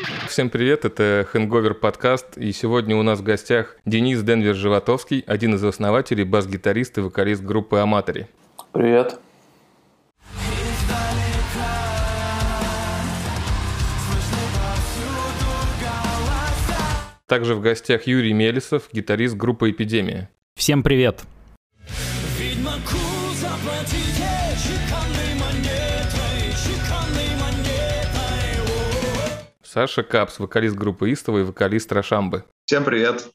Всем привет, это Hangover подкаст, и сегодня у нас в гостях Денис Денвер-Животовский, один из основателей, бас-гитарист и вокалист группы Аматори. Привет. Также в гостях Юрий Мелесов, гитарист группы Эпидемия. Всем привет. Саша Капс, вокалист группы Истово и вокалист Рошамбы. Всем привет.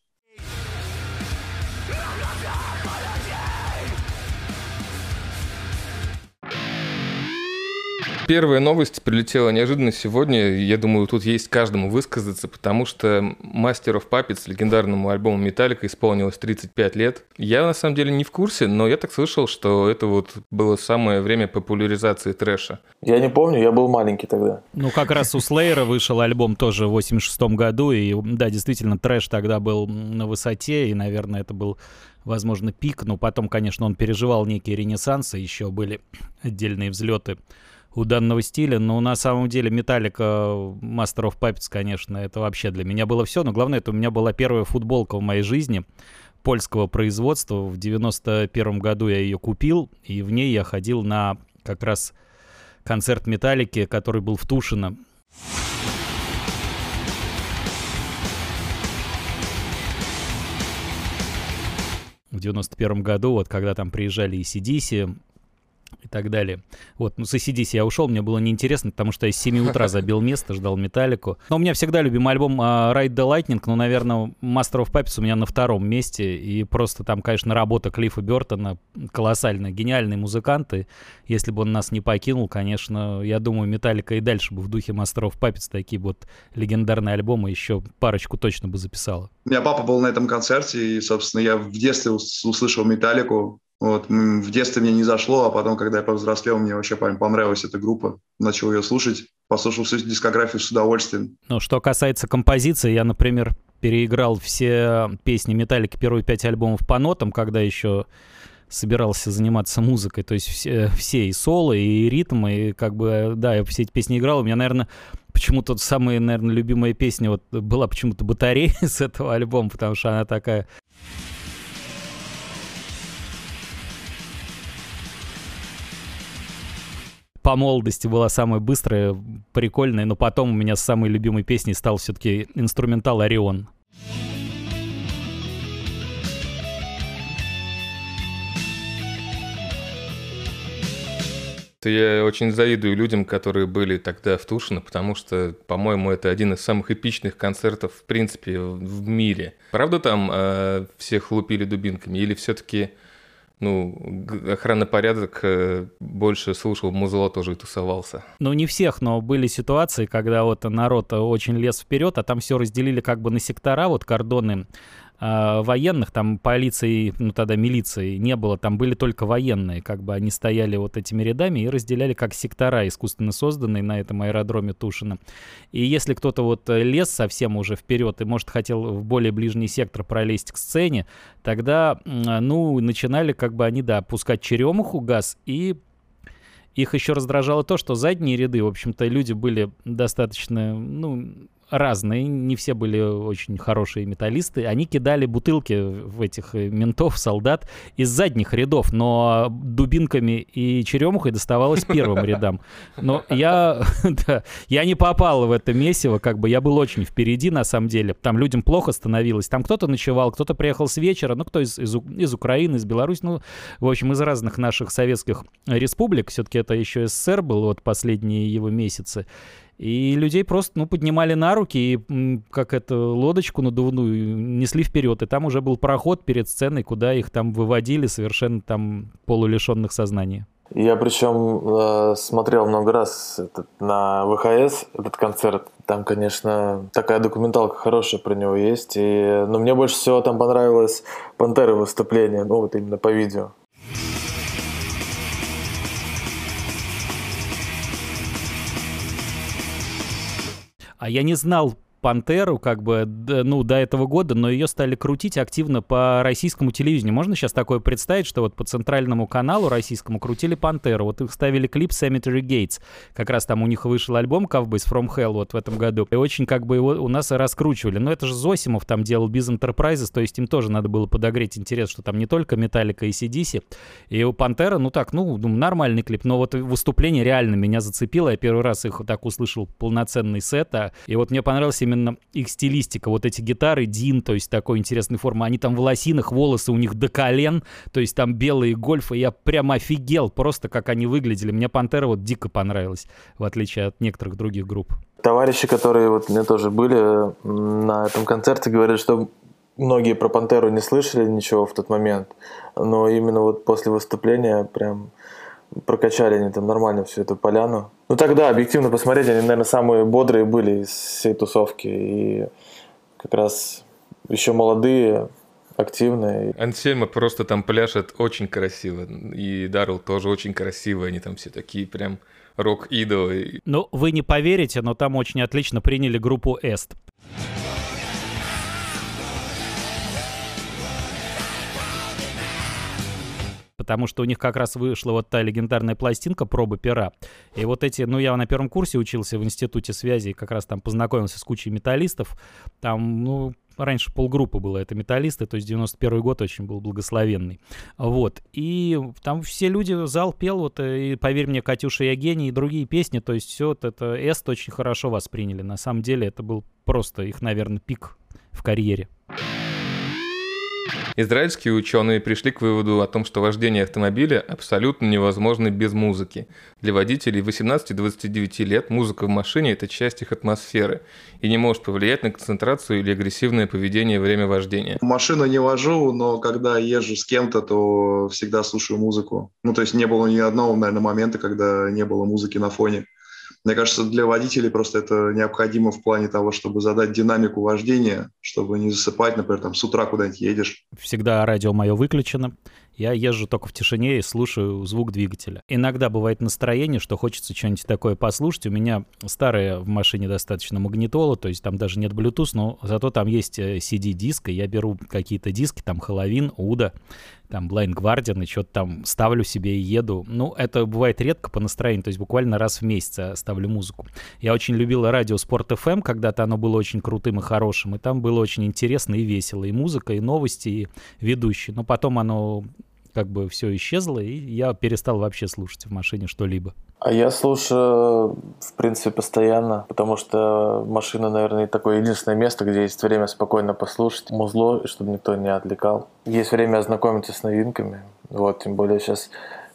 Первая новость прилетела неожиданно сегодня. Я думаю, тут есть каждому высказаться, потому что Master of Puppets, легендарному альбому Металлика, исполнилось 35 лет. Я на самом деле не в курсе, но я так слышал, что это вот было самое время популяризации трэша. Я не помню, я был маленький тогда. Ну, как раз у Слеера вышел альбом тоже в 86 году, и да, действительно, трэш тогда был на высоте, и, наверное, это был, возможно, пик, но потом, конечно, он переживал некие ренессансы, еще были отдельные взлеты у данного стиля, но на самом деле Металлика, Master of Puppets, конечно, это вообще для меня было все, но главное, это у меня была первая футболка в моей жизни польского производства, в 91 году я ее купил, и в ней я ходил на как раз концерт Металлики, который был в Тушино. В 91 году, вот когда там приезжали AC/DC и так далее. Вот, ну, с AC/DC я ушел, мне было неинтересно, потому что я с 7 утра забил место, ждал Металлику. Но у меня всегда любимый альбом Ride the Lightning, но, наверное, Master of Puppets у меня на втором месте, и просто там, конечно, работа Клиффа Бёртона колоссальная, гениальные музыканты. Если бы он нас не покинул, конечно, я думаю, Металлика и дальше бы в духе Master of Puppets такие вот легендарные альбомы еще парочку точно бы записала. У меня папа был на этом концерте, и, собственно, я в детстве услышал Металлику. Вот, в детстве мне не зашло, а потом, когда я повзрослел, мне вообще понравилась эта группа. Начал ее слушать, послушал всю дискографию с удовольствием. Ну, что касается композиции, я, например, переиграл все песни Металлики, первые 5 альбомов по нотам, когда еще собирался заниматься музыкой, то есть все и соло, и ритмы, и как бы, да, я все эти песни играл. У меня, наверное, почему-то самая, наверное, любимая песня вот была почему-то «Батарея» с этого альбома, потому что она такая... По молодости была самая быстрая, прикольная, но потом у меня самой любимой песней стал все-таки инструментал «Орион». Я очень завидую людям, которые были тогда в Тушино, потому что, по-моему, это один из самых эпичных концертов, в принципе, в мире. Правда там всех лупили дубинками или все-таки... Ну, охранный порядок больше слушал музло тоже и тусовался. Ну, не всех, но были ситуации, когда вот народ очень лез вперед, а там все разделили как бы на сектора, вот кордоны военных, там полиции, ну тогда милиции не было, там были только военные, как бы они стояли вот этими рядами и разделяли как сектора, искусственно созданные на этом аэродроме Тушино. И если кто-то вот лез совсем уже вперед и, может, хотел в более ближний сектор пролезть к сцене, тогда, ну, начинали как бы они, да, пускать черемуху, газ, и их еще раздражало то, что задние ряды, в общем-то, люди были достаточно, ну, разные, не все были очень хорошие металлисты, они кидали бутылки в этих ментов, солдат из задних рядов, но дубинками и черемухой доставалось первым рядам. Но я не попал в это месиво, как бы я был очень впереди, на самом деле. Там людям плохо становилось, там кто-то ночевал, кто-то приехал с вечера, ну, кто из Украины, из Беларуси, ну, в общем, из разных наших советских республик, все-таки это еще СССР был вот последние его месяцы. И людей просто, ну, поднимали на руки и, как это, лодочку надувную несли вперед. И там уже был проход перед сценой, куда их там выводили совершенно там полулишенных сознания. Я причем смотрел много раз на ВХС этот концерт. Там, конечно, такая документалка хорошая про него есть. Но мне больше всего там понравилось «Пантера» выступление, ну вот именно по видео. А я не знал «Пантеру» как бы, до этого года, но ее стали крутить активно по российскому телевидению. Можно сейчас такое представить, что вот по центральному каналу российскому крутили «Пантеру», вот их ставили клип «Cemetery Gates», как раз там у них вышел альбом «Cowboys from Hell» вот в этом году, и очень как бы его у нас раскручивали. Но это же Зосимов там делал Biz Enterprises, то есть им тоже надо было подогреть интерес, что там не только Металлика и AC/DC. И у «Пантера», нормальный клип, но вот выступление реально меня зацепило. Я первый раз их так услышал, полноценный сет, и вот мне понравилась именно их стилистика. Вот эти гитары, Дин, то есть такой интересной формы. Они там в лосинах, волосы у них до колен, то есть там белые гольфы. Я прям офигел просто, как они выглядели. Мне «Пантера» вот дико понравилась, в отличие от некоторых других групп. Товарищи, которые вот у меня тоже были на этом концерте, говорят, что многие про «Пантеру» не слышали ничего в тот момент, но именно вот после выступления прям прокачали они там нормально всю эту поляну. Ну тогда, объективно посмотреть, они, наверное, самые бодрые были из всей тусовки. И как раз еще молодые, активные. Ансельма просто там пляшет очень красиво. И Даррелл тоже очень красиво. Они там все такие прям рок-идолы. Ну, вы не поверите, но там очень отлично приняли группу «Эст». Потому что у них как раз вышла вот та легендарная пластинка «Проба пера». И вот эти, я на первом курсе учился в институте связи, и как раз там познакомился с кучей металлистов. Там, раньше полгруппы было, это металлисты, то есть 91 год очень был благословенный. Вот. И там все люди, зал пел, вот, и «Поверь мне, Катюша, я гений», и другие песни, то есть все вот это «Эст» очень хорошо восприняли. На самом деле это был просто их, наверное, пик в карьере. Израильские ученые пришли к выводу о том, что вождение автомобиля абсолютно невозможно без музыки. Для водителей 18-29 лет музыка в машине – это часть их атмосферы и не может повлиять на концентрацию или агрессивное поведение во время вождения. Машину не вожу, но когда езжу с кем-то, то всегда слушаю музыку. То есть не было ни одного, наверное, момента, когда не было музыки на фоне. Мне кажется, для водителей просто это необходимо в плане того, чтобы задать динамику вождения, чтобы не засыпать, например, там с утра куда-нибудь едешь. Всегда радио мое выключено. Я езжу только в тишине и слушаю звук двигателя. Иногда бывает настроение, что хочется что-нибудь такое послушать. У меня старая в машине достаточно магнитола, то есть там даже нет Bluetooth, но зато там есть CD-диск, и я беру какие-то диски, там Хэллоуин, Уда, там Blind Guardian, и что-то там ставлю себе и еду. Это бывает редко по настроению, то есть буквально раз в месяц ставлю музыку. Я очень любил радио Спорт FM, когда-то оно было очень крутым и хорошим, и там было очень интересно и весело, и музыка, и новости, и ведущий. Но потом оно как бы все исчезло, и я перестал вообще слушать в машине что-либо. А я слушаю, в принципе, постоянно, потому что машина, наверное, такое единственное место, где есть время спокойно послушать музло, чтобы никто не отвлекал. Есть время ознакомиться с новинками. Тем более сейчас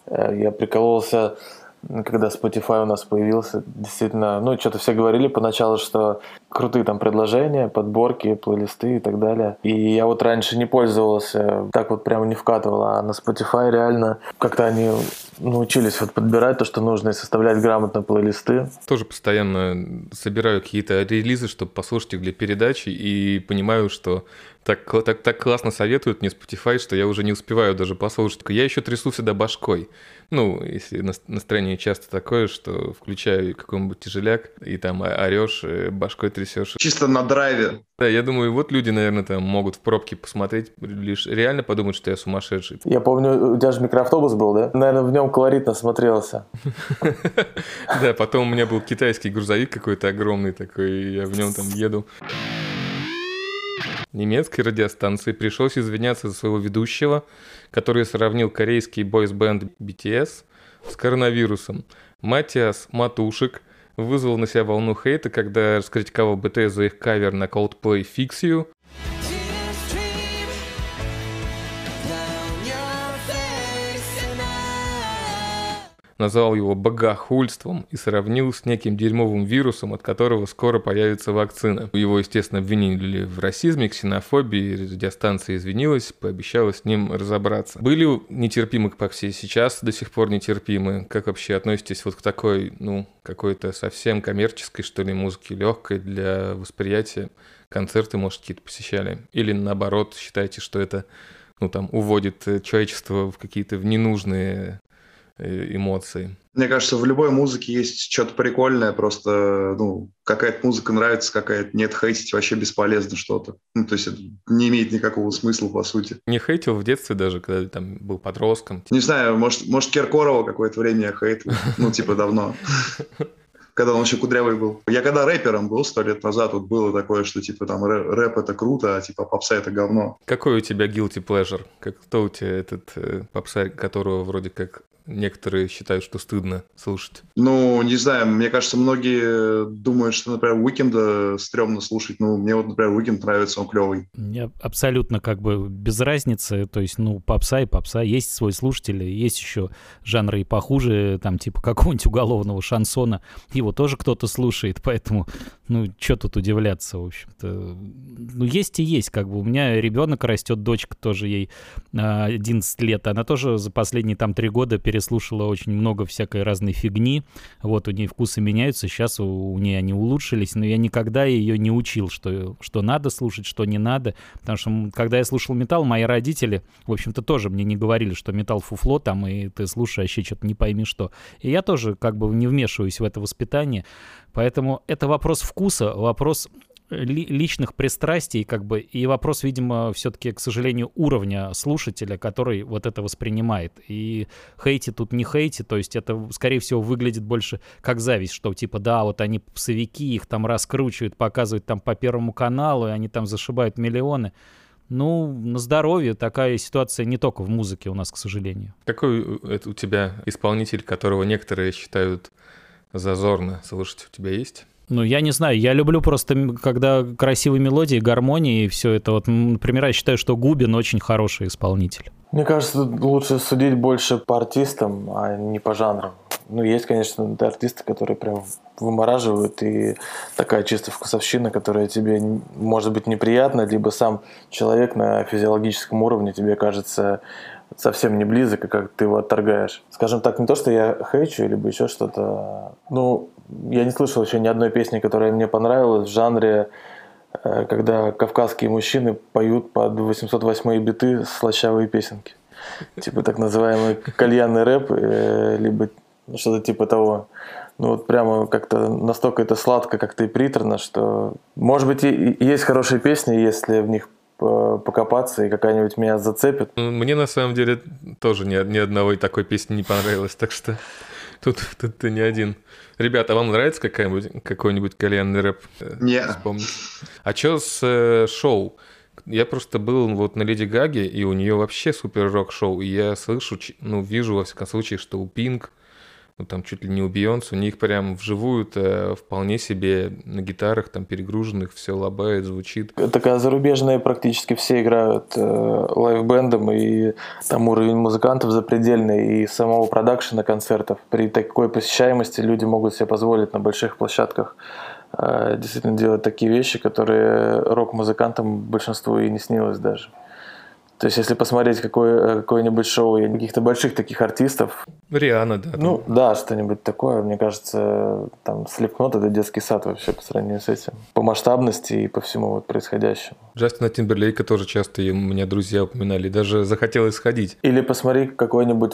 я прикололся, когда Spotify у нас появился. Действительно, что-то все говорили поначалу, что крутые там предложения, подборки, плейлисты и так далее. И я раньше не пользовался, так прямо не вкатывал, а на Spotify реально как-то они научились подбирать то, что нужно, и составлять грамотно плейлисты. Тоже постоянно собираю какие-то релизы, чтобы послушать их для передачи, и понимаю, что так классно советуют мне Spotify, что я уже не успеваю даже послушать. Я еще трясу всегда башкой. Если настроение часто такое, что включаю какой-нибудь тяжеляк, и там орешь, башкой трясешь. Чисто на драйве. Да, я думаю, люди, наверное, там могут в пробке посмотреть, лишь реально подумать, что я сумасшедший. Я помню, у тебя же микроавтобус был, да? Наверное, в нем колоритно смотрелся. Да, потом у меня был китайский грузовик какой-то огромный такой, я в нем там еду. Немецкой радиостанции пришлось извиняться за своего ведущего, который сравнил корейский бойс-бенд BTS с коронавирусом. Матиас Матушек вызвал на себя волну хейта, когда раскритиковал BTS за их кавер на Coldplay «Fix You». Назвал его богохульством и сравнил с неким дерьмовым вирусом, от которого скоро появится вакцина. Его, естественно, обвинили в расизме, ксенофобии, радиостанция извинилась, пообещала с ним разобраться. Были нетерпимы по всей сейчас, до сих пор нетерпимы. Как вообще относитесь к такой, какой-то совсем коммерческой, что ли, музыке, легкой для восприятия? Концерты, может, какие-то посещали? Или наоборот, считаете, что это, уводит человечество в какие-то ненужные эмоций. Мне кажется, в любой музыке есть что-то прикольное, просто, какая-то музыка нравится, какая-то нет, хейтить вообще бесполезно что-то. То есть это не имеет никакого смысла, по сути. Не хейтил в детстве даже, когда там был подростком? Не знаю, может Киркорова какое-то время я хейтил, давно. Когда он еще кудрявый был. Я когда рэпером был 100 лет назад, вот было такое, что типа там рэп это круто, а попса это говно. Какой у тебя guilty pleasure? Кто у тебя этот попса, которого вроде как некоторые считают, что стыдно слушать? Не знаю, мне кажется, многие думают, что, например, Уикенда стрёмно слушать. Мне вот, например, Уикенд нравится, он клевый. Мне абсолютно без разницы. То есть, попса и попса. Есть свой слушатель, есть еще жанры и похуже, там, типа какого-нибудь уголовного шансона. Его тоже кто-то слушает, поэтому, что тут удивляться, в общем-то. Есть и есть, У меня ребенок растет, дочка тоже, ей 11 лет. Она тоже за последние 3 года переслушала очень много всякой разной фигни. Вот, у нее вкусы меняются, сейчас у нее они улучшились, но я никогда ее не учил, что надо слушать, что не надо. Потому что, когда я слушал металл, мои родители, в общем-то, тоже мне не говорили, что металл фуфло там, и ты слушаешь вообще что-то не пойми что. И я тоже не вмешиваюсь в это воспитание. Поэтому это вопрос вкуса, вопрос личных пристрастий, и вопрос, видимо, все-таки, к сожалению, уровня слушателя, который вот это воспринимает. И хейти тут не хейти, то есть это, скорее всего, выглядит больше как зависть, что типа, да, вот они попсовики, их там раскручивают, показывают там по Первому каналу, и они там зашибают миллионы. На здоровье такая ситуация не только в музыке у нас, к сожалению. Какой это у тебя исполнитель, которого некоторые считают зазорно слушать, у тебя есть? Я не знаю, я люблю просто, когда красивые мелодии, гармонии и все это. Вот, например, я считаю, что Губин очень хороший исполнитель. Мне кажется, лучше судить больше по артистам, а не по жанрам. Есть, конечно, артисты, которые прям вымораживают, и такая чисто вкусовщина, которая тебе может быть неприятна, либо сам человек на физиологическом уровне тебе кажется совсем не близок, и как ты его отторгаешь. Скажем так, не то, что я хейчу, либо еще что-то. Я не слышал еще ни одной песни, которая мне понравилась в жанре, когда кавказские мужчины поют под 808 биты слащавые песенки. Типа так называемый кальянный рэп, либо что-то типа того. Прямо как-то настолько это сладко, как-то и приторно, что... Может быть, и есть хорошие песни, если в них покопаться, и какая-нибудь меня зацепит. Мне на самом деле тоже ни одной такой песни не понравилось, так что тут ты не один. Ребята, а вам нравится какой-нибудь кальянный рэп? Нет. Вспомнить? А что с шоу? Я просто был на Леди Гаге, и у нее вообще супер рок-шоу, и я слышу, вижу, во всяком случае, что у Пинк, там чуть ли не у Бейонсе, у них прям вживую-то вполне себе на гитарах там перегруженных все лобает, звучит. Такая зарубежная, практически все играют лайв-бэндом, и там уровень музыкантов запредельный, и самого продакшена концертов. При такой посещаемости люди могут себе позволить на больших площадках действительно делать такие вещи, которые рок-музыкантам большинству и не снилось даже. То есть, если посмотреть какое-нибудь шоу каких-то больших таких артистов... Риhanna, да. Да, что-нибудь такое. Мне кажется, там Slipknot — это детский сад вообще по сравнению с этим. По масштабности и по всему происходящему. Джастина Тимберлейка тоже часто у меня друзья упоминали. Даже захотелось сходить. Или посмотри какой-нибудь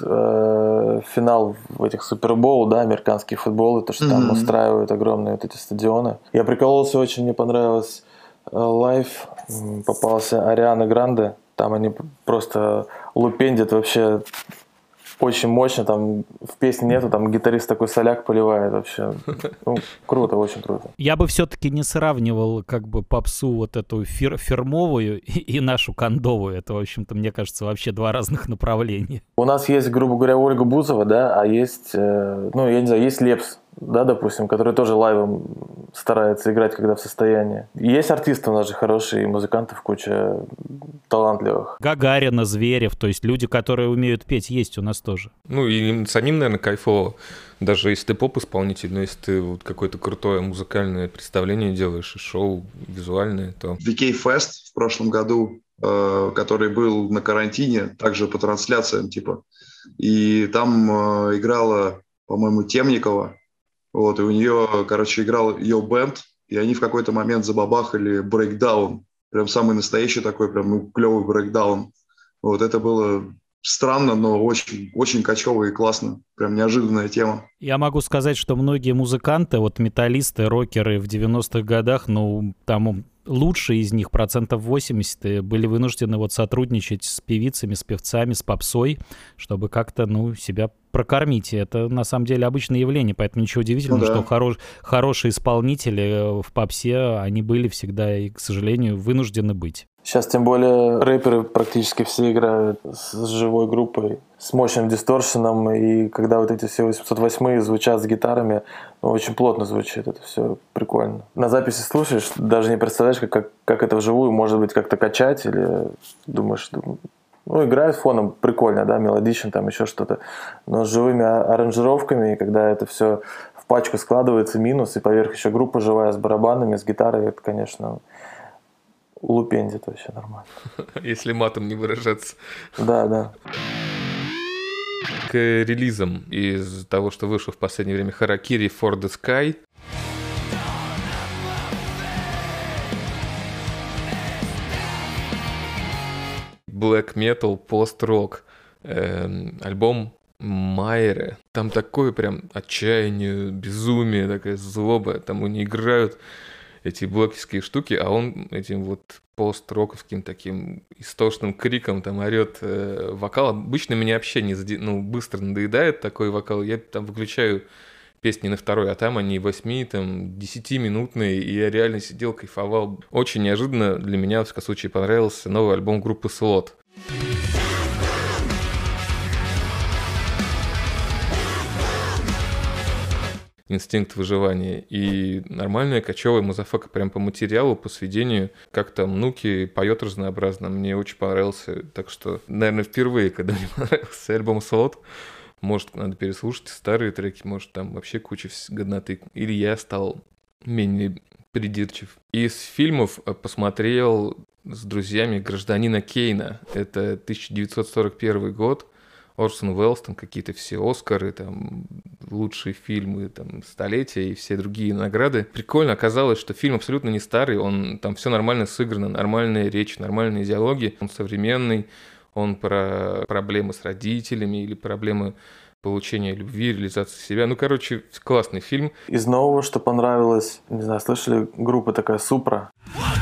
финал в этих Супербоул, да, американский футбол, и то, что там устраивают огромные эти стадионы. Я прикололся очень, мне понравилось лайв. Попался Ариана Гранде. Там они просто лупендят вообще очень мощно. Там в песне нету, там гитарист такой соляк поливает вообще. Круто, очень круто. Я бы все-таки не сравнивал попсу вот эту фирмовую и нашу кондовую. Это, в общем-то, мне кажется, вообще два разных направления. У нас есть, грубо говоря, Ольга Бузова, да, а есть, я не знаю, есть Лепс, да, допустим, который тоже лайвом старается играть, когда в состоянии. Есть артисты у нас же хорошие, и музыкантов куча талантливых. Гагарина, Зверев, то есть люди, которые умеют петь, есть у нас тоже. И самим, наверное, кайфово. Даже если ты поп-исполнитель, но если ты какое-то крутое музыкальное представление делаешь, и шоу визуальное, то... VK Fest в прошлом году, который был на карантине, также по трансляциям, и там играла, по-моему, Темникова. И у нее, играл ее бэнд, и они в какой-то момент забабахали брейкдаун. Прям самый настоящий такой, прям клевый брейкдаун. Это было странно, но очень, очень качево и классно. Прям неожиданная тема. Я могу сказать, что многие музыканты, вот металлисты, рокеры в 90-х годах, ну, там лучшие из них, 80% были вынуждены вот сотрудничать с певицами, с певцами, с попсой, чтобы как-то, ну, себя прокормить. И это, на самом деле, обычное явление, поэтому ничего удивительного, Ну да. что хорошие исполнители в попсе, они были всегда и, к сожалению, вынуждены быть. Сейчас, тем более, рэперы практически все играют с живой группой, с мощным дисторшеном, и когда вот эти все 808-е звучат с гитарами, ну, очень плотно звучит, это все прикольно. На записи слушаешь, даже не представляешь, как это вживую может быть как-то качать, или думаешь, ну, играет фоном прикольно, да, мелодично, там еще что-то, но с живыми аранжировками, когда это все в пачку складывается, минус, и поверх еще группа живая с барабанами, с гитарой, это, конечно... Улупендит вообще нормально. Если матом не выражаться. Да. К релизам из того, что вышел в последнее время, Harakiri for the Sky. Black Metal, пост-рок. Альбом Майеры. Там такое прям отчаяние, безумие, такая злоба. Там они играют эти блокерские штуки, а он этим вот пост-роковским таким истошным криком там орет вокал. Обычно меня вообще быстро надоедает такой вокал. Я там выключаю песни на второй, а там они 8-10-минутные, и я реально сидел, кайфовал. Очень неожиданно для меня, в всяком случае, понравился новый альбом группы Slot. Инстинкт выживания. И нормальная кочевая мазафака прям по материалу, по сведению. Как там Нуки поет разнообразно. Мне очень понравился. Так что, наверное, впервые, когда мне понравился альбом Slot, может, надо переслушать старые треки, может, там вообще куча годноты. Или я стал менее придирчив. Из фильмов посмотрел с друзьями «Гражданина Кейна». Это 1941 год. Орсон Уэллс, там какие-то все Оскары, там лучшие фильмы там, столетия и все другие награды. Прикольно оказалось, что фильм абсолютно не старый, он там все нормально сыграно, нормальная речь, нормальные диалоги, он современный, он про проблемы с родителями или проблемы получения любви, реализации себя. Ну, короче, классный фильм. Из нового, что понравилось, не знаю, слышали, группа такая Супра?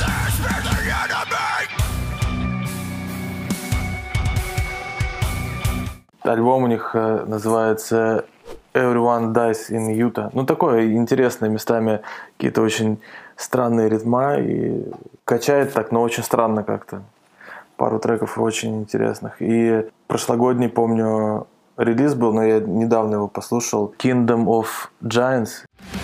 Альбом у них называется Everyone Dies in Utah. Ну, такое интересное, местами какие-то очень странные ритма, и качает так, но очень странно как-то. Пару треков очень интересных. И прошлогодний, помню, релиз был, но я недавно его послушал. Kingdom of Giants.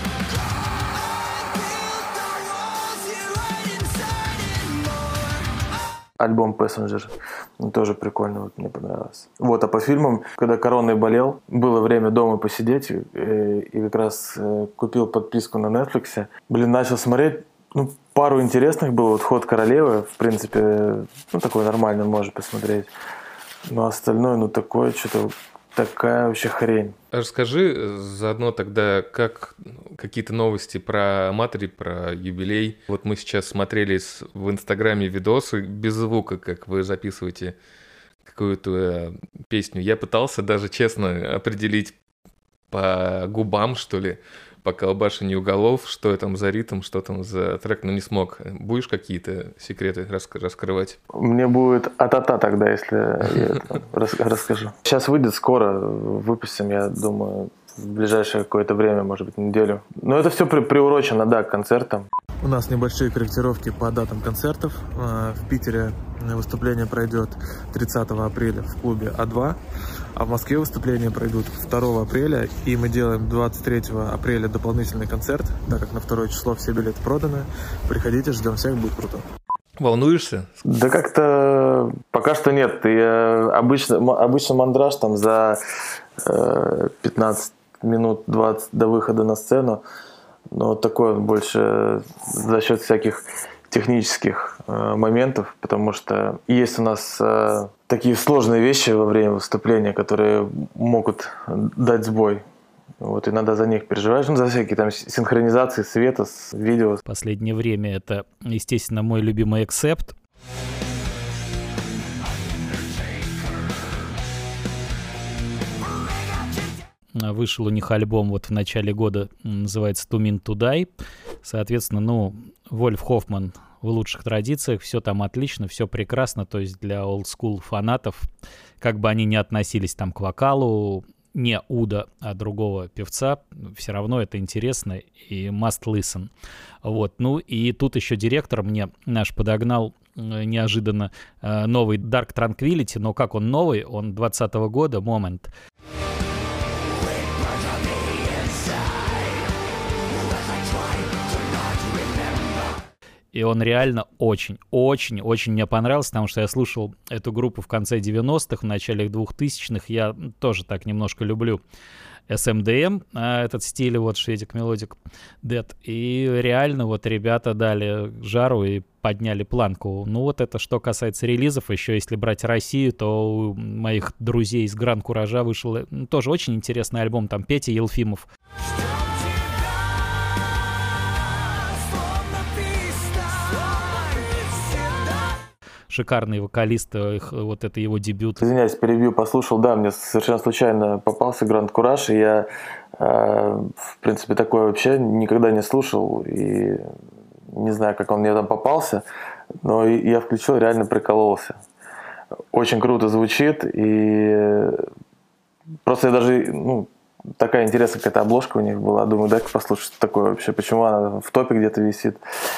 Альбом Passenger. Тоже прикольно, вот мне понравилось. Вот, а по фильмам, когда короной болел, было время дома посидеть, и как раз купил подписку на Netflix. Начал смотреть, пару интересных было. Вот «Ход королевы», в принципе, такой нормальный, можно посмотреть. Но остальное, такое, что-то такая вообще хрень. Расскажи заодно тогда, как какие-то новости про Аматори, про юбилей. Вот мы сейчас смотрели в Инстаграме видосы без звука, как вы записываете какую-то песню. Я пытался даже честно определить по губам, что ли, по колбашению уголов, что там за ритм, что там за трек, но не смог. Будешь какие-то секреты раскрывать? Мне будет а-та-та тогда, если я расскажу. Сейчас выйдет скоро, выпустим, я думаю, в ближайшее какое-то время, может быть, неделю. Но это все приурочено, да, к концертам. У нас небольшие корректировки по датам концертов. В Питере выступление пройдет 30 апреля в клубе А2, а в Москве выступления пройдут 2 апреля, и мы делаем 23 апреля дополнительный концерт, так как на 2 число все билеты проданы. Приходите, ждем всех, будет круто. Волнуешься? Да как-то пока что нет. Я обычно мандраж там за 15 минут 20 до выхода на сцену, но такой он больше за счет всяких технических моментов, потому что есть у нас такие сложные вещи во время выступления, которые могут дать сбой. Вот, и надо за них переживать, за всякие там синхронизации света с видео. В последнее время это, естественно, мой любимый Accept. вышел у них альбом вот в начале года, называется «Too Mean to Die». Соответственно, ну, Вольф Хоффман в лучших традициях, все там отлично, все прекрасно, то есть для олдскул фанатов, как бы они ни относились там к вокалу, не Уда, а другого певца, все равно это интересно и must listen. Вот, ну и тут еще директор мне наш подогнал неожиданно новый Dark Tranquillity, но как он новый, он 2020 года, Moment. И он реально очень-очень-очень мне понравился, потому что я слушал эту группу в конце 90-х, в начале 2000-х. Я тоже так немножко люблю СМДМ, этот стиль, вот Шведик Мелодик Дед. И реально вот ребята дали жару и подняли планку. Ну вот это что касается релизов. Еще если брать Россию, то у моих друзей из Гран Куража вышел тоже очень интересный альбом. Там Петя Елфимов. Шикарный вокалист, вот это его дебют. Извиняюсь, перебью, послушал, да, мне совершенно случайно попался Гранд Кураж, и я, в принципе, такое вообще никогда не слушал, и не знаю, как он мне там попался, но я включил, реально прикололся. Очень круто звучит, и просто я даже, такая интересная какая-то обложка у них была. Думаю, дай-ка послушать, что такое вообще, почему она в топе где-то висит.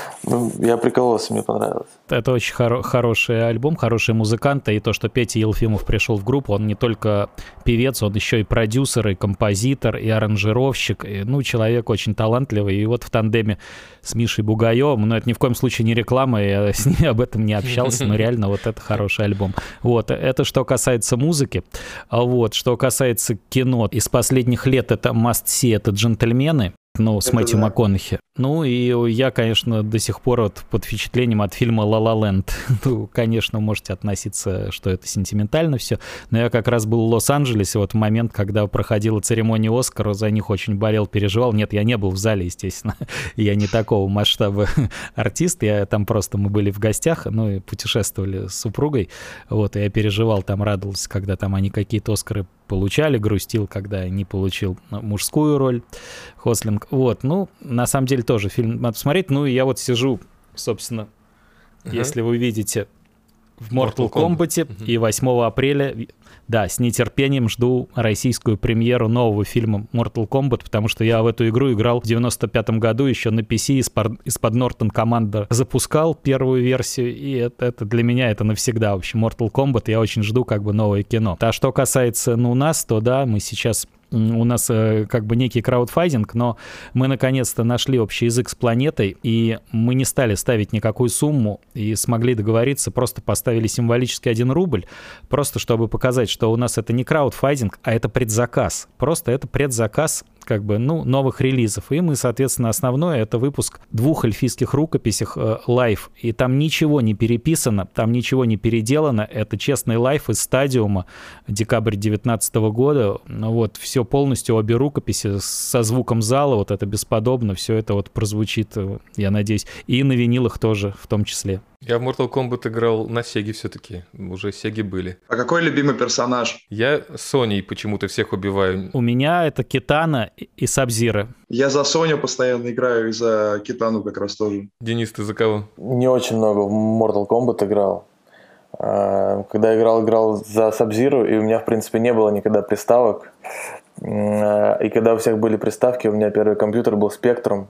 Я прикололся, мне понравилось. Это очень хороший альбом, хорошие музыканты. И то, что Петя Елфимов пришел в группу, он не только певец, он еще и продюсер, и композитор, и аранжировщик. И, человек очень талантливый. И вот в тандеме с Мишей Бугаевым, это ни в коем случае не реклама, я с ними об этом не общался, но реально вот это хороший альбом. Вот, это что касается музыки. Вот, что касается кино, из последних лет это Must See, это «Джентльмены», с Мэтью МакКонахи. И я, конечно, до сих пор под впечатлением от фильма «Ла Ла Ленд». Конечно, можете относиться, что это сентиментально все, но я как раз был в Лос-Анджелесе вот в момент, когда проходила церемония «Оскара», за них очень болел, переживал. Нет, я не был в зале, естественно. Я не такого масштаба артист, мы были в гостях, и путешествовали с супругой. Вот, и я переживал, там радовался, когда там они какие-то «Оскары» получали, грустил, когда не получил мужскую роль, Хослинг. Вот, на самом деле тоже фильм надо посмотреть. И я вот сижу, собственно, если вы видите, в Mortal Kombat, и 8 апреля, да, с нетерпением жду российскую премьеру нового фильма Mortal Kombat, потому что я в эту игру играл в 95-м году еще на PC, из-под Norton Commander запускал первую версию, и это для меня это навсегда. В общем, Mortal Kombat, я очень жду новое кино. А что касается нас, то да, мы сейчас... У нас некий краудфандинг, но мы наконец-то нашли общий язык с планетой, и мы не стали ставить никакую сумму и смогли договориться, просто поставили символически 1 рубль, просто чтобы показать, что у нас это не краудфандинг, а это предзаказ. Просто это предзаказ новых релизов. И мы, соответственно, основное — это выпуск 2 эльфийских рукописях лайв. И там ничего не переписано, там ничего не переделано. Это честный лайв из Стадиума, декабрь 2019 года. Все полностью, обе рукописи со звуком зала, вот это бесподобно, все это прозвучит, я надеюсь. И на винилах тоже, в том числе. Я в Mortal Kombat играл на Сеге все-таки. Уже Сеги были. А какой любимый персонаж? Я Соней почему-то всех убиваю. У меня это Китана и Сабзира. Я за Соню постоянно играю и за Китану как раз тоже. Денис, ты за кого? Не очень много в Mortal Kombat играл. Когда играл за Сабзиру, и у меня, в принципе, не было никогда приставок. И когда у всех были приставки, у меня первый компьютер был Spectrum.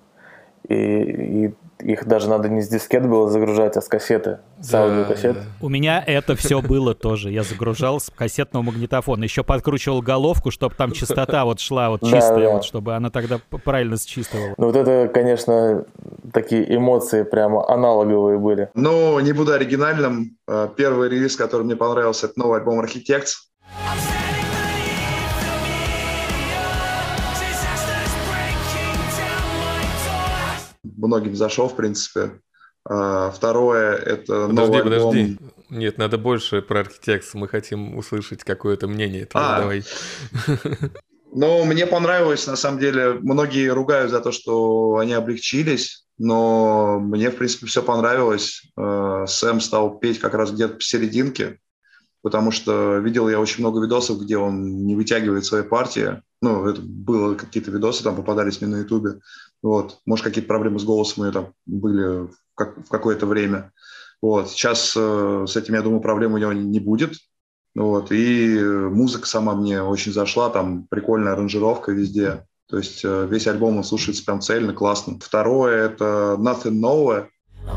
И их даже надо не с дискет было загружать, а с кассеты, с аудиокассет. У меня это все было тоже. Я загружал с кассетного магнитофона. Еще подкручивал головку, чтобы там частота шла чистая, чтобы она тогда правильно считывала. Это, конечно, такие эмоции прямо аналоговые были. Не буду оригинальным. Первый релиз, который мне понравился, это новый альбом Architects. Многим зашел, в принципе. Второе — это новый альбом... Подожди. Нет, надо больше про Architects. Мы хотим услышать какое-то мнение. Давай. Мне понравилось, на самом деле. Многие ругают за то, что они облегчились, но мне, в принципе, все понравилось. Сэм стал петь как раз где-то посерединке. потому что видел я очень много видосов, где он не вытягивает свои партии. Ну, это было какие-то видосы, там попадались мне на Ютубе. Вот. Может, какие-то проблемы с голосом у него там были в какое-то время. Вот. Сейчас с этим, я думаю, проблем у него не будет. Вот. И музыка сама мне очень зашла, там прикольная аранжировка везде. То есть весь альбом он слушается прям цельно, классно. Второе – это Nothing Nowhere.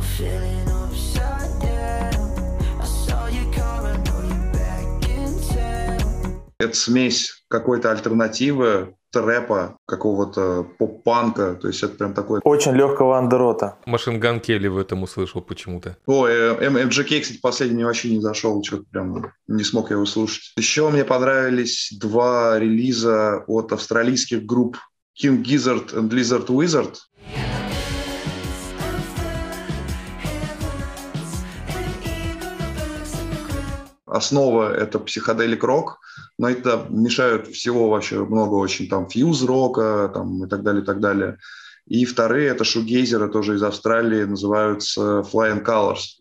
Это смесь какой-то альтернативы, трэпа, какого-то поп-панка. То есть это прям такой... Очень легкого андерота. Машин Ган Келли в этом услышал почему-то. Ой, MGK, кстати, последний мне вообще не зашел. Что-то прям не смог я его слушать. Еще мне понравились 2 релиза от австралийских групп King Gizzard and Lizard Wizard. Основа – это психоделик рок, но это мешают всего вообще много очень, там, фьюз рока там, и так далее, и так далее. И вторые – это шугейзеры, тоже из Австралии, называются Flying Colors.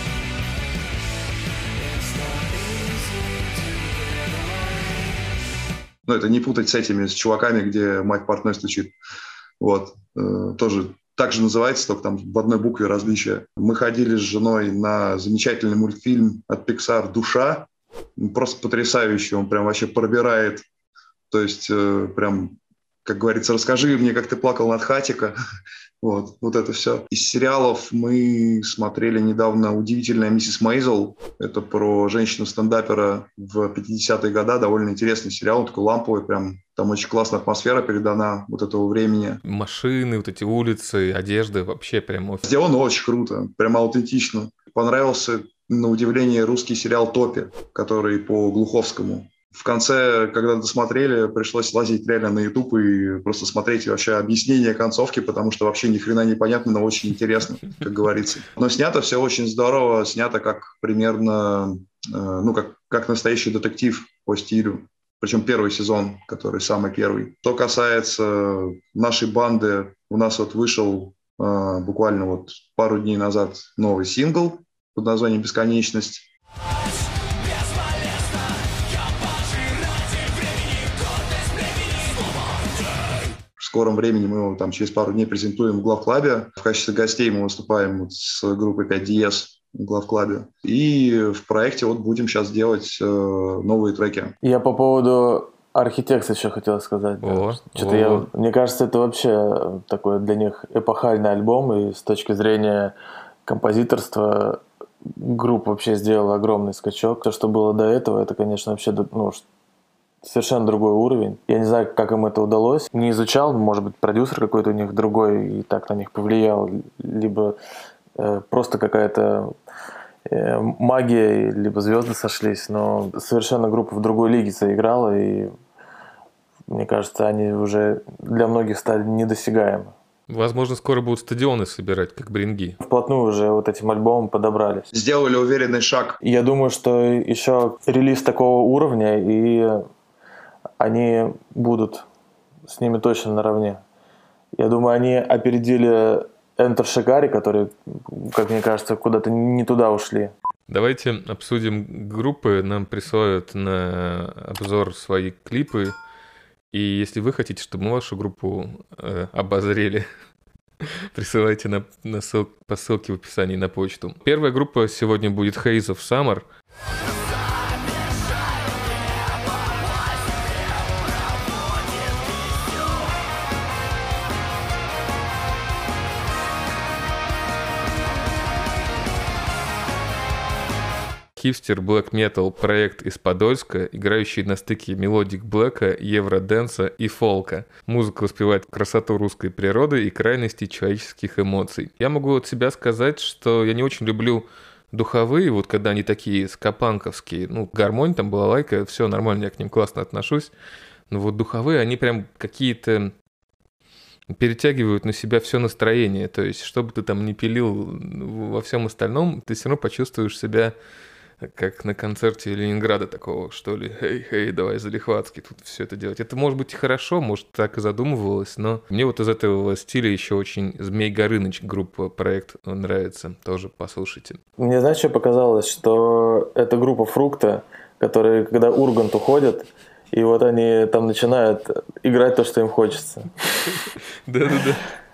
Ну, это не путать с этими, с чуваками, где Майк Портной стучит. Вот. Тоже так же называется, только там в одной букве различие. Мы ходили с женой на замечательный мультфильм от Pixar «Душа». Просто потрясающий, он прям вообще пробирает. То есть прям, как говорится, расскажи мне, как ты плакал над Хатико. Вот это все. Из сериалов мы смотрели недавно «Удивительная миссис Мейзел». Это про женщину-стендапера в 50-е годы. Довольно интересный сериал, он такой ламповый, прям там очень классная атмосфера передана вот этого времени. Машины, вот эти улицы, одежда, вообще прям... Сделано очень круто, прям аутентично. Понравился, на удивление, русский сериал «Топи», который по Глуховскому. В конце, когда досмотрели, пришлось лазить реально на YouTube и просто смотреть вообще объяснение концовки, потому что вообще ни хрена не понятно, но очень интересно, как говорится. Но снято все очень здорово, снято как примерно, как настоящий детектив по стилю. Причем первый сезон, который самый первый. Что касается нашей банды, у нас вот вышел буквально вот пару дней назад новый сингл под названием «Бесконечность». В скором времени мы его там через пару дней презентуем в Главклабе. В качестве гостей мы выступаем вот с группой 5DS в Главклабе. И в проекте вот будем сейчас делать новые треки. Я по поводу Architects еще хотел сказать. Мне кажется, это вообще такой для них эпохальный альбом, и с точки зрения композиторства группа вообще сделала огромный скачок. То, что было до этого, это, конечно, вообще совершенно другой уровень. Я не знаю, как им это удалось. Не изучал, может быть, продюсер какой-то у них другой и так на них повлиял, либо просто какая-то магия, либо звезды сошлись, но совершенно группа в другой лиге заиграла, и мне кажется, они уже для многих стали недосягаемы. Возможно, скоро будут стадионы собирать, как Бринги. Вплотную уже вот этим альбомом подобрались. Сделали уверенный шаг. Я думаю, что еще релиз такого уровня, и они будут с ними точно наравне. Я думаю, они опередили Enter Shikari, которые, как мне кажется, куда-то не туда ушли. Давайте обсудим группы. Нам присылают на обзор свои клипы. И если вы хотите, чтобы мы вашу группу обозрели, присылайте по ссылке в описании на почту. Первая группа сегодня будет Haze of Summer. Хипстер Black Metal проект из Подольска, играющий на стыке мелодик блэка, евроденса и фолка. Музыка воспевает красоту русской природы и крайности человеческих эмоций. Я могу от себя сказать, что я не очень люблю духовые, вот когда они такие скапанковские, гармонь, там балалайка, все нормально, я к ним классно отношусь. Но вот духовые, они прям какие-то перетягивают на себя все настроение. То есть, что бы ты там ни пилил во всем остальном, ты все равно почувствуешь себя как на концерте Ленинграда такого, что ли. Хей, давай залихватски тут все это делать. Это может быть и хорошо, может, так и задумывалось, но мне вот из этого стиля еще очень Змей Горыныч группа, проект нравится. Тоже послушайте. Мне, знаешь, что показалось? Что это группа «Фрукта», которые, когда Ургант уходит, и вот они там начинают играть то, что им хочется. Да-да-да.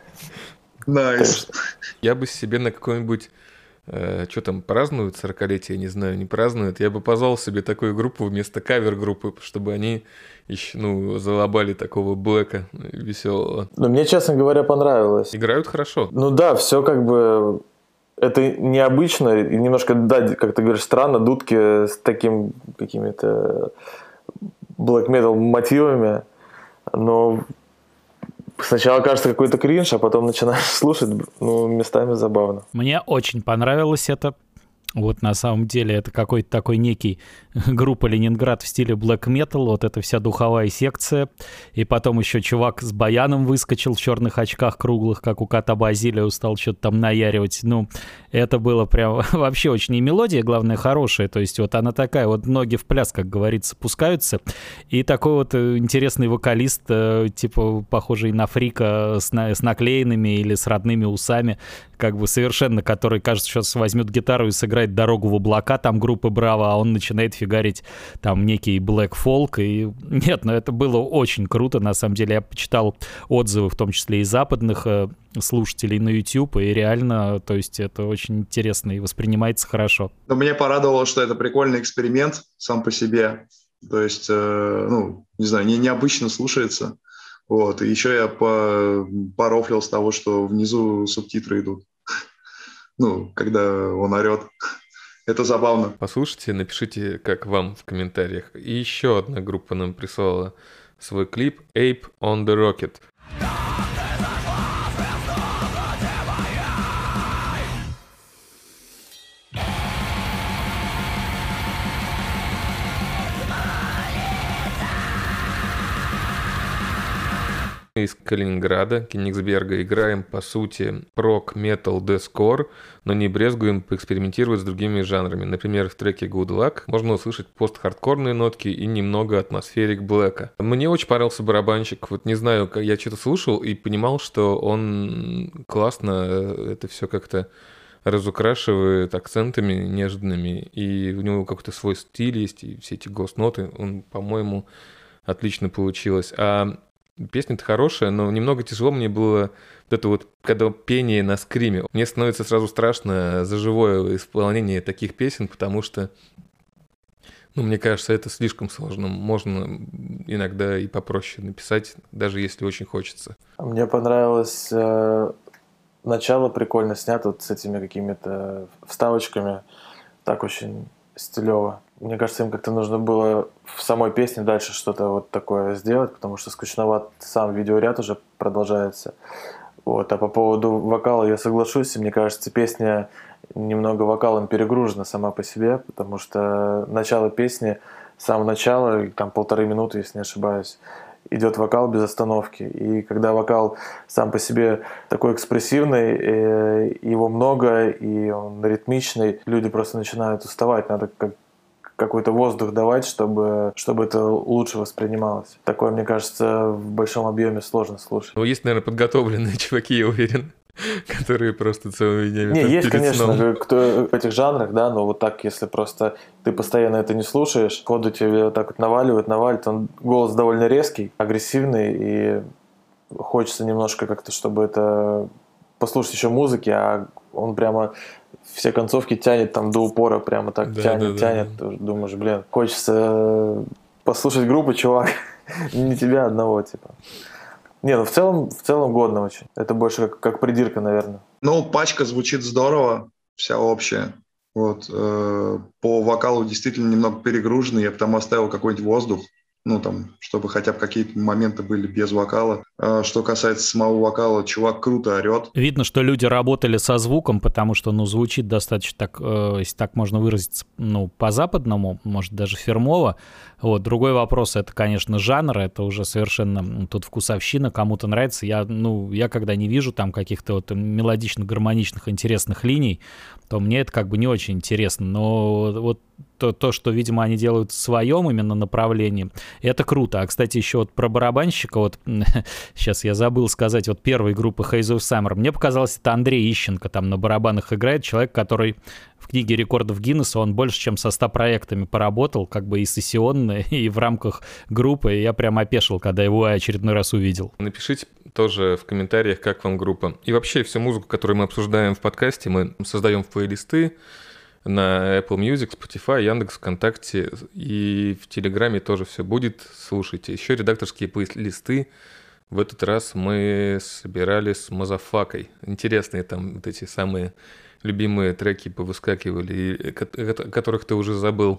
Найс. Я бы себе на какой-нибудь... что там, празднуют 40-летие, не знаю, не празднуют. Я бы позвал себе такую группу вместо кавер-группы, чтобы они еще, залобали такого блэка веселого. Но мне, честно говоря, понравилось. Играют хорошо. Ну да, все как бы... Это необычно и немножко, да, как ты говоришь, странно, дудки с таким какими-то black metal мотивами, но сначала кажется какой-то кринж, а потом начинаешь слушать, местами забавно. Мне очень понравилось это. Вот на самом деле это какой-то такой некий группа Ленинград в стиле black metal, вот эта вся духовая секция. И потом еще чувак с баяном выскочил в черных очках круглых, как у кота Базилио, стал что-то там наяривать. Это было прям вообще очень... И мелодия, главное, хорошая. То есть вот она такая, вот ноги в пляс, как говорится, пускаются. И такой вот интересный вокалист, типа похожий на Фрика с наклеенными или с родными усами, как бы совершенно, который, кажется, сейчас возьмет гитару и сыграет «Дорогу в облака» там группы «Браво», а он начинает фигарить там некий блэк фолк. И нет, это было очень круто, на самом деле. Я почитал отзывы, в том числе и западных слушателей на YouTube, и реально, то есть это очень интересно и воспринимается хорошо. Но мне порадовало, что это прикольный эксперимент сам по себе. То есть, не знаю, необычно слушается. Вот. И еще я порофлил с того, что внизу субтитры идут. Когда он орет. Это забавно. Послушайте, напишите, как вам в комментариях. И еще одна группа нам прислала свой клип Ape on the Rocket. Из Калининграда, Кенигсберга, играем, по сути, прок-метал дескор, но не брезгуем поэкспериментировать с другими жанрами. Например, в треке Good Luck можно услышать пост-хардкорные нотки и немного атмосферик блэка. Мне очень понравился барабанщик. Вот не знаю, я что-то слушал и понимал, что он классно это все как-то разукрашивает акцентами неожиданными, и у него какой-то свой стиль есть, и все эти гост-ноты, он, по-моему, отлично получилось. А песня-то хорошая, но немного тяжело мне было вот это вот, когда пение на скриме. Мне становится сразу страшно за живое исполнение таких песен, потому что, мне кажется, это слишком сложно. Можно иногда и попроще написать, даже если очень хочется. Мне понравилось начало прикольно снято вот с этими какими-то вставочками. Так очень стилево. Мне кажется, им как-то нужно было в самой песне дальше что-то вот такое сделать, потому что скучноват сам видеоряд уже продолжается. Вот. А по поводу вокала я соглашусь, и мне кажется, песня немного вокалом перегружена сама по себе, потому что начало песни, с самого начала, там 1,5 минуты, если не ошибаюсь, идет вокал без остановки. И когда вокал сам по себе такой экспрессивный, его много, и он ритмичный, люди просто начинают уставать. Надо какой-то воздух давать, чтобы это лучше воспринималось. Такое, мне кажется, в большом объеме сложно слушать. Есть, наверное, подготовленные чуваки, я уверен, которые просто целыми днями Не, есть, перед сном. конечно, кто в этих жанрах, да, но вот так, если просто ты постоянно это не слушаешь, ходу тебе вот так вот наваливает, он голос довольно резкий, агрессивный, и хочется немножко как-то, чтобы это послушать еще музыки, а он прямо все концовки тянет там до упора, прямо так тянет. Думаешь, хочется послушать группу, чувак, не тебя одного, типа. Не, в целом годно очень. Это больше как придирка, наверное. Пачка звучит здорово, вся общая. Вот. По вокалу действительно немного перегруженный, я бы там оставил какой-нибудь воздух, чтобы хотя бы какие-то моменты были без вокала. Что касается самого вокала, чувак круто орет. Видно, что люди работали со звуком, потому что, звучит достаточно так, если так можно выразиться, по-западному, может, даже фирмово. Вот. Другой вопрос, это, конечно, жанр, это уже совершенно тут вкусовщина, кому-то нравится. Я когда не вижу там каких-то вот мелодично-гармоничных интересных линий, то мне это как бы не очень интересно. Но вот то, что, видимо, они делают в своем именно направлении, это круто. А, кстати, еще вот про барабанщика, вот сейчас я забыл сказать, вот первой группы Haze of Summer, мне показалось, это Андрей Ищенко там на барабанах играет, человек, который в книге рекордов Гиннесса, он больше, чем со 100 проектами поработал, как бы и сессионно, и в рамках группы, и я прям опешил, когда его очередной раз увидел. Напишите тоже в комментариях, как вам группа. И вообще всю музыку, которую мы обсуждаем в подкасте, мы создаем в плейлисты на Apple Music, Spotify, Яндекс, ВКонтакте, и в Телеграме тоже все будет. Слушайте. Еще редакторские плейлисты в этот раз мы собирали с Мазафакой. Интересные там вот эти самые любимые треки повыскакивали, которых ты уже забыл.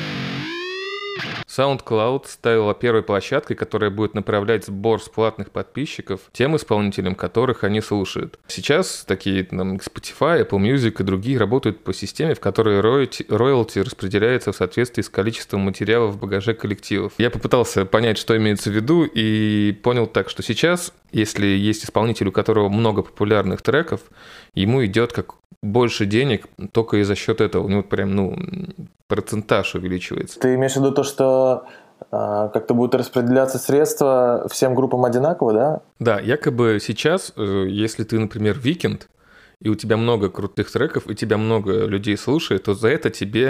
SoundCloud стала первой площадкой, которая будет направлять сбор с платных подписчиков тем исполнителям, которых они слушают. Сейчас такие там Spotify, Apple Music и другие работают по системе, в которой роялти распределяется в соответствии с количеством материала в багаже коллективов. Я попытался понять, что имеется в виду, и понял так, что сейчас, если есть исполнитель, у которого много популярных треков, ему идет как больше денег только и за счет этого. У него прям, процентаж увеличивается. Ты имеешь в виду то, что как-то будут распределяться средства всем группам одинаково, да? Да, якобы сейчас, если ты, например, Weeknd, и у тебя много крутых треков, и тебя много людей слушает, то за это тебе,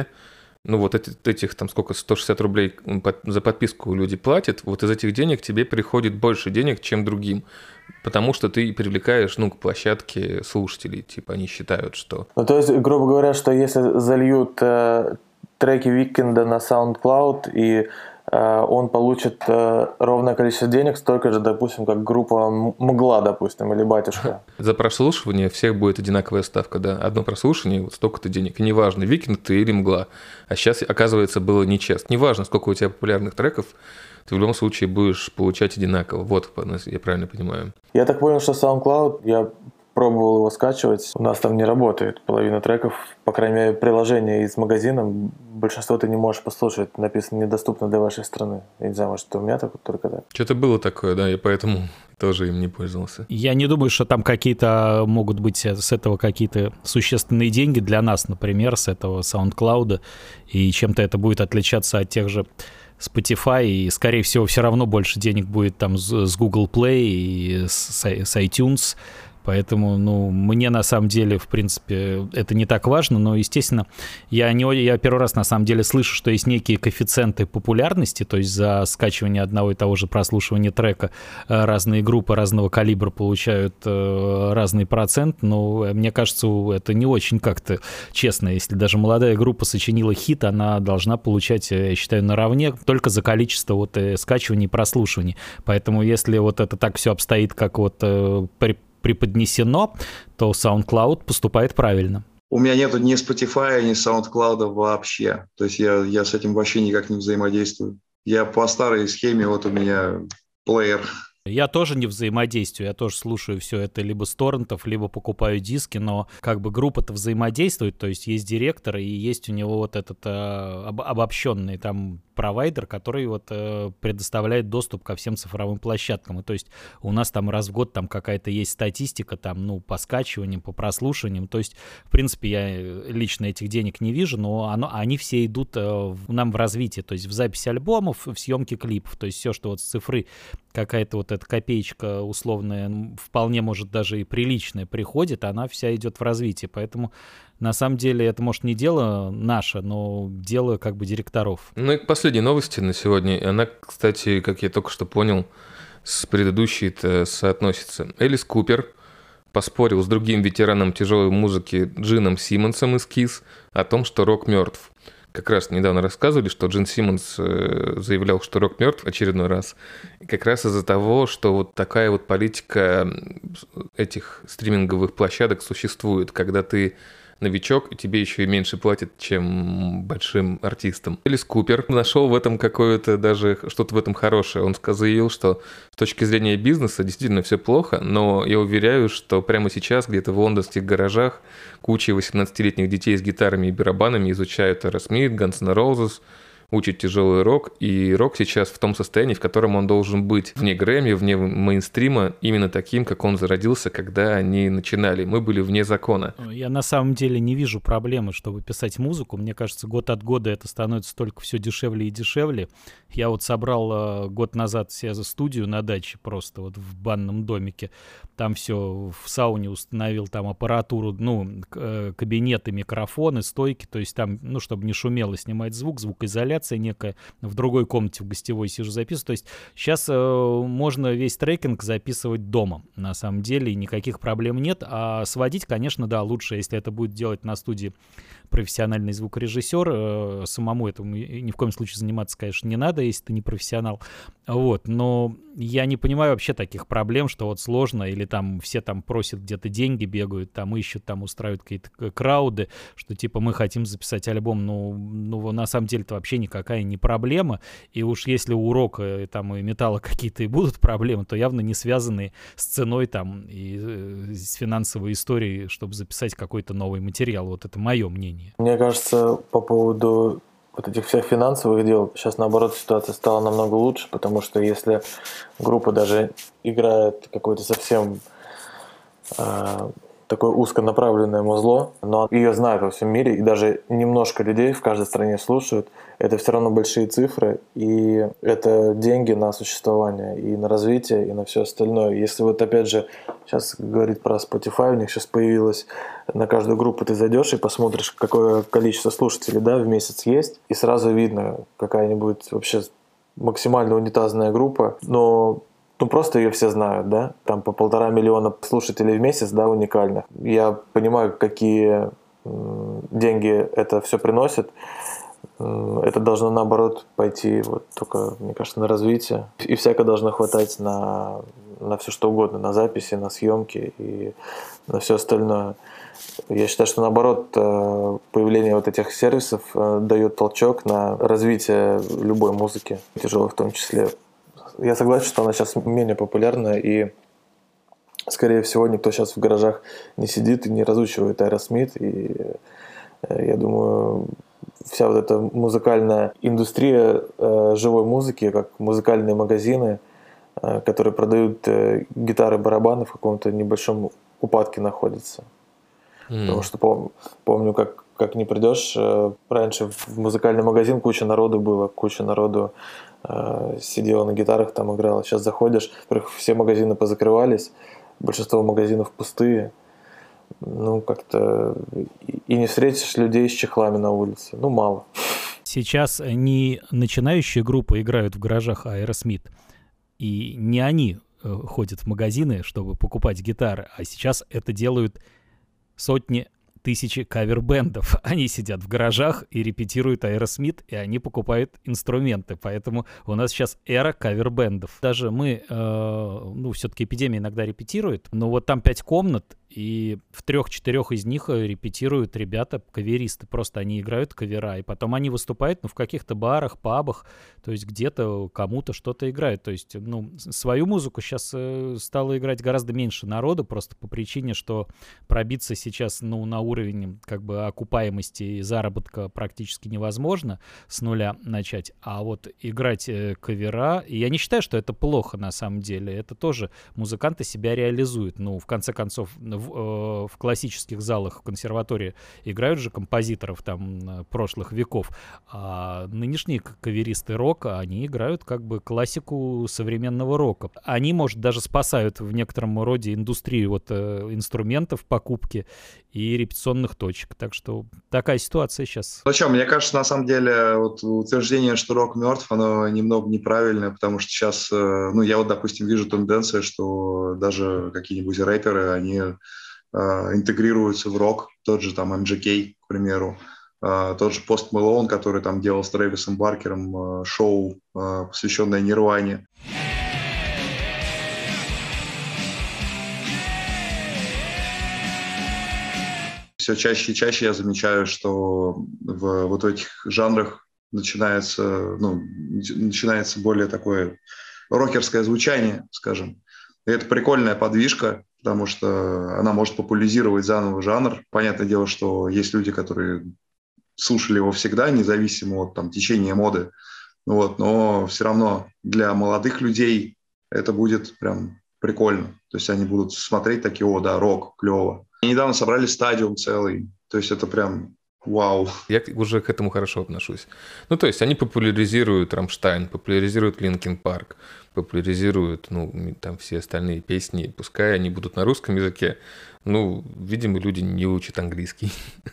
этих там сколько, 160 рублей за подписку люди платят, вот из этих денег тебе приходит больше денег, чем другим. Потому что ты привлекаешь, к площадке слушателей, типа они считают, что... То есть, грубо говоря, что если зальют треки Weeknd на SoundCloud, и он получит ровное количество денег, столько же, допустим, как группа Мгла, допустим, или Батюшка. За прослушивание всех будет одинаковая ставка, да. Одно прослушивание, вот столько-то денег. И неважно, Weeknd ты или Мгла. А сейчас, оказывается, было нечестно. Неважно, сколько у тебя популярных треков, ты в любом случае будешь получать одинаково. Вот, я правильно понимаю. Я так понял, что SoundCloud, я пробовал его скачивать, у нас там не работает половина треков, по крайней мере, приложение из магазина, большинство ты не можешь послушать, написано «недоступно для вашей страны». Я не знаю, может, это у меня только так. Что-то было такое, да, и поэтому тоже им не пользовался. Я не думаю, что там какие-то могут быть с этого какие-то существенные деньги для нас, например, с этого SoundCloud, и чем-то это будет отличаться от тех же Spotify, и, скорее всего, все равно больше денег будет там с Google Play и с iTunes. Поэтому, мне на самом деле, в принципе, это не так важно, но, естественно, я первый раз на самом деле слышу, что есть некие коэффициенты популярности, то есть за скачивание одного и того же прослушивания трека разные группы разного калибра получают разный процент, но мне кажется, это не очень как-то честно. Если даже молодая группа сочинила хит, она должна получать, я считаю, наравне только за количество скачиваний и прослушиваний. Поэтому если вот это так все обстоит, как преподнесено, то SoundCloud поступает правильно. У меня нету ни Spotify, ни SoundCloud вообще. То есть я с этим вообще никак не взаимодействую. Я по старой схеме, вот у меня плеер. Я тоже не взаимодействую, я тоже слушаю все это либо с торрентов, либо покупаю диски, но как бы группа-то взаимодействует, то есть есть директор и есть у него вот этот обобщенный там провайдер, который предоставляет доступ ко всем цифровым площадкам. И то есть у нас там раз в год там какая-то есть статистика там, по скачиваниям, по прослушиваниям. То есть, в принципе, я лично этих денег не вижу, но они все идут нам в развитие, то есть в запись альбомов, в съемки клипов. То есть все, что с цифры какая-то эта копеечка условная, вполне может даже и приличная приходит, она вся идет в развитие. Поэтому на самом деле это, может, не дело наше, но дело как бы директоров. И к последней новости на сегодня. Она, кстати, как я только что понял, с предыдущей-то соотносится. Элис Купер поспорил с другим ветераном тяжелой музыки Джином Симмонсом из Kiss о том, что рок мертв. Как раз недавно рассказывали, что Джин Симмонс заявлял, что рок мертв очередной раз. И как раз из-за того, что такая политика этих стриминговых площадок существует, когда ты новичок, и тебе еще и меньше платят, чем большим артистам. Элис Купер нашел в этом какое-то даже что-то в этом хорошее. Он заявил, что с точки зрения бизнеса действительно все плохо, но я уверяю, что прямо сейчас где-то в лондонских гаражах куча 18-летних детей с гитарами и барабанами изучают Aerosmith, Guns N' Roses, учит тяжелый рок, и рок сейчас в том состоянии, в котором он должен быть вне Грэмми, вне мейнстрима, именно таким, как он зародился, когда они начинали. Мы были вне закона. Я на самом деле не вижу проблемы, чтобы писать музыку. Мне кажется, год от года это становится только все дешевле и дешевле. Я вот собрал год назад себе за студию на даче просто вот в банном домике. Там все в сауне установил, там аппаратуру, ну, кабинеты, микрофоны, стойки, то есть там, ну, чтобы не шумело, снимать звук, звукоизоляция некая. В другой комнате в гостевой сижу записываю. То есть сейчас можно весь трекинг записывать дома, на самом деле, и никаких проблем нет. А сводить, конечно, да, лучше, если это будет делать на студии профессиональный звукорежиссер. Самому этому ни в коем случае заниматься, конечно, не надо, если ты не профессионал. Вот, но я не понимаю вообще таких проблем, что вот сложно, или там все там просят где-то деньги, бегают, там ищут, там устраивают какие-то крауды, что типа мы хотим записать альбом. Ну на самом деле это вообще никакая не проблема. И уж если у рока там и металла какие-то и будут проблемы, то явно не связанные с ценой там и с финансовой историей, чтобы записать какой-то новый материал. Вот это мое мнение. Мне кажется, по поводу вот этих всех финансовых дел, сейчас наоборот ситуация стала намного лучше, потому что если группа даже играет какое-то совсем такое узконаправленное музло, но ее знают во всем мире, и даже немножко людей в каждой стране слушают, это все равно большие цифры, и это деньги на существование, и на развитие, и на все остальное. Если вот опять же сейчас говорить про Spotify, у них сейчас появилось, на каждую группу ты зайдешь и посмотришь, какое количество слушателей, да, в месяц есть, и сразу видно, какая-нибудь вообще максимально унитазная группа, но просто ее все знают, да, там по 1,5 миллиона слушателей в месяц, да, уникальных. Я понимаю, какие деньги это все приносит. Это должно, наоборот, пойти вот только, мне кажется, на развитие. И всяко должно хватать на все что угодно, на записи, на съемки и на все остальное. Я считаю, что, наоборот, появление вот этих сервисов дает толчок на развитие любой музыки, тяжелой в том числе. Я согласен, что она сейчас менее популярна, и, скорее всего, никто сейчас в гаражах не сидит и не разучивает Aerosmith, и я думаю, вся вот эта музыкальная индустрия живой музыки, как музыкальные магазины, которые продают гитары, барабаны, в каком-то небольшом упадке находятся. Потому что помню, как не придешь, раньше в музыкальный магазин куча народу было, куча народу сидела на гитарах, там играла. Сейчас заходишь, во-первых, все магазины позакрывались, большинство магазинов пустые. Ну, как-то и не встретишь людей с чехлами на улице. Ну, мало. Сейчас не начинающие группы играют в гаражах Aerosmith, и не они ходят в магазины, чтобы покупать гитары, а сейчас это делают сотни тысячи кавер-бэндов. Они сидят в гаражах и репетируют Aerosmith, и они покупают инструменты. Поэтому у нас сейчас эра кавер-бэндов. Даже мы, все-таки Эпидемия иногда репетирует, но вот там 5 комнат, и в 3-4 из них репетируют ребята, каверисты. Просто они играют кавера, и потом они выступают в каких-то барах, пабах, то есть где-то кому-то что-то играют. То есть, свою музыку сейчас стало играть гораздо меньше народу, просто по причине, что пробиться сейчас, на уровень как бы окупаемости и заработка практически невозможно с нуля начать. А вот играть кавера, и я не считаю, что это плохо на самом деле. Это тоже музыканты себя реализуют. В конце концов, в классических залах в консерватории играют же композиторов там прошлых веков, а нынешние каверисты рока, они играют как бы классику современного рока. Они, может, даже спасают в некотором роде индустрию вот инструментов, покупки и репетиционных точек. Так что такая ситуация сейчас. Мне кажется, на самом деле, вот утверждение, что рок мертв, оно немного неправильное, потому что сейчас, я вот, допустим, вижу тенденцию, что даже какие-нибудь рэперы, они интегрируются в рок, тот же там MGK, к примеру, тот же Post Malone, который там делал с Трэвисом Баркером шоу, посвященное Нирване. Все чаще и чаще я замечаю, что в этих жанрах начинается более такое рокерское звучание, скажем. И это прикольная подвижка, потому что она может популяризировать заново жанр. Понятное дело, что есть люди, которые слушали его всегда, независимо от там течения моды. Вот, но все равно для молодых людей это будет прям прикольно. То есть они будут смотреть такие, о, да, рок, клево. И недавно собрали стадиум целый. То есть это прям вау. Я уже к этому хорошо отношусь. Ну, то есть они популяризируют Рамштайн, популяризируют Линкин Парк, популяризируют, ну, там все остальные песни. Пускай они будут на русском языке. Ну, видимо, люди не учат английский.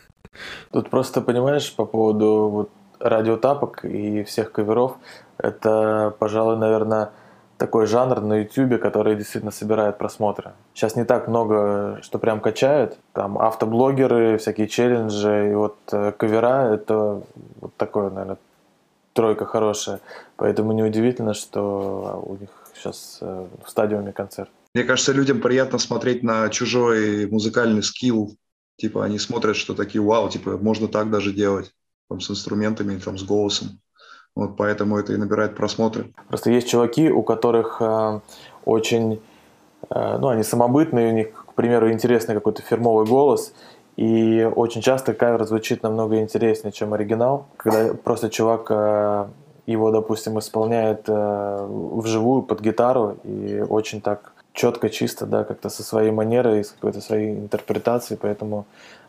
Тут просто, понимаешь, по поводу вот радиотапок и всех каверов, это, пожалуй, наверное, такой жанр на YouTube, который действительно собирает просмотры. Сейчас не так много, что прям качают. Там автоблогеры, всякие челленджи, и вот кавера — это вот такое, наверное, тройка хорошая. Поэтому неудивительно, что у них сейчас в стадиуме концерт. Мне кажется, людям приятно смотреть на чужой музыкальный скилл. Типа они смотрят, что такие, вау, типа можно так даже делать. Там, с инструментами, там, с голосом. Вот поэтому это и набирает просмотры. Просто есть чуваки, у которых очень, ну, они самобытные, у них, к примеру, интересный какой-то фирмовый голос, и очень часто кавер звучит намного интереснее, чем оригинал. Когда просто чувак его, допустим, исполняет вживую под гитару, и очень так четко, чисто, да, как-то со своей манерой, с какой-то своей интерпретацией, поэтому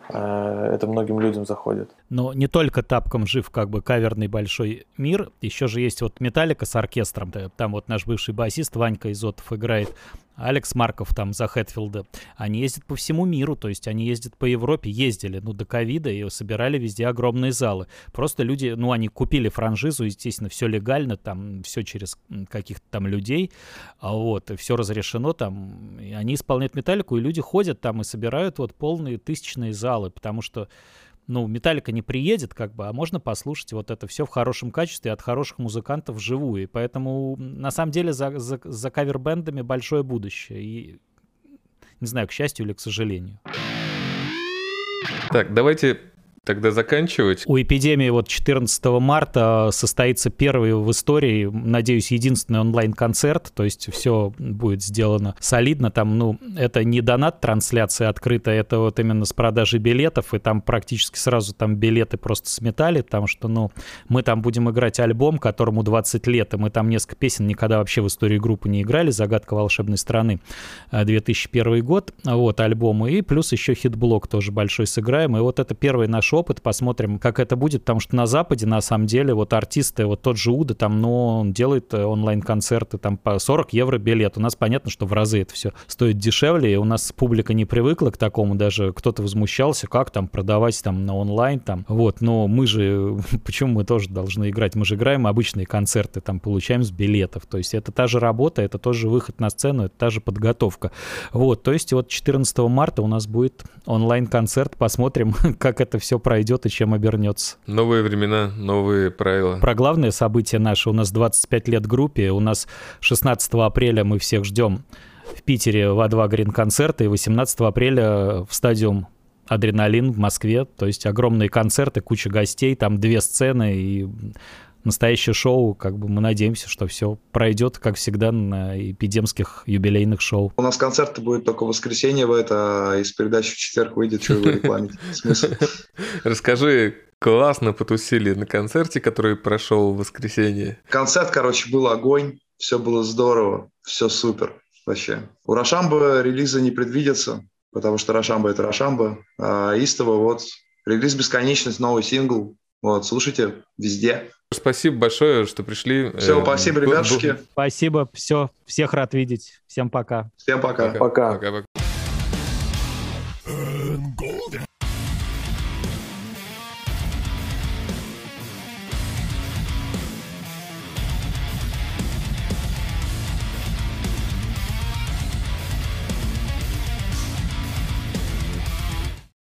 это многим людям заходит. Но не только тапком жив как бы каверный большой мир, еще же есть вот Металлика с оркестром, там вот наш бывший басист Ванька Изотов играет, Алекс Марков там за Хэтфилда. Они ездят по всему миру, то есть они ездят по Европе, ездили, ну, до ковида, и собирали везде огромные залы. Просто люди, ну, они купили франшизу, естественно, все легально, там, все через каких-то там людей, вот, и все разрешено там, и они исполняют Металлику, и люди ходят там и собирают вот полные тысячные залы, потому что, ну, Металлика не приедет, как бы, а можно послушать вот это все в хорошем качестве от хороших музыкантов вживую. И поэтому, на самом деле, за кавер-бэндами большое будущее. И не знаю, к счастью или к сожалению. Так, давайте тогда заканчивать. У «Эпидемии» вот 14 марта состоится первый в истории, надеюсь, единственный онлайн-концерт, то есть все будет сделано солидно, там, ну, это не донат-трансляция открыта, это вот именно с продажей билетов, и там практически сразу там билеты просто сметали, потому что, ну, мы там будем играть альбом, которому 20 лет, и мы там несколько песен никогда вообще в истории группы не играли, «Загадка волшебной страны», 2001 год, вот, альбом, и плюс еще хит-блок тоже большой сыграем, и вот это первый наш опыт, посмотрим, как это будет, потому что на Западе, на самом деле, вот артисты, вот тот же Уда, там, ну, он делает онлайн-концерты, там, по 40 евро билет. У нас понятно, что в разы это все стоит дешевле, и у нас публика не привыкла к такому, даже кто-то возмущался, как там продавать там на онлайн, там, вот, но мы же, почему мы тоже должны играть? Мы же играем обычные концерты, там, получаем с билетов, то есть это та же работа, это тоже выход на сцену, это та же подготовка. Вот, то есть вот 14 марта у нас будет онлайн-концерт, посмотрим, как это все пройдет и чем обернется. Новые времена, новые правила. Про главное событие наше. У нас 25 лет группе. У нас 16 апреля мы всех ждем в Питере в А2 Грин концерты. И 18 апреля в стадиум «Адреналин» в Москве. То есть огромные концерты, куча гостей, там 2 сцены и настоящее шоу. Как бы мы надеемся, что все пройдет, как всегда, на эпидемских юбилейных шоу. У нас концерт будет только в воскресенье, а из передачи в четверг выйдет, что его рекламить. Смысл? Расскажи, классно потусили на концерте, который прошел в воскресенье. Концерт, короче, был огонь, все было здорово, все супер вообще. У Рошамбо релиза не предвидится, потому что Рошамбо — это Рошамбо, а Истово вот релиз «Бесконечность», новый сингл. Вот, слушайте везде. Спасибо большое, что пришли. Все, спасибо, ребятушки. Спасибо, все, всех рад видеть. Всем пока. Всем пока. Пока. Пока.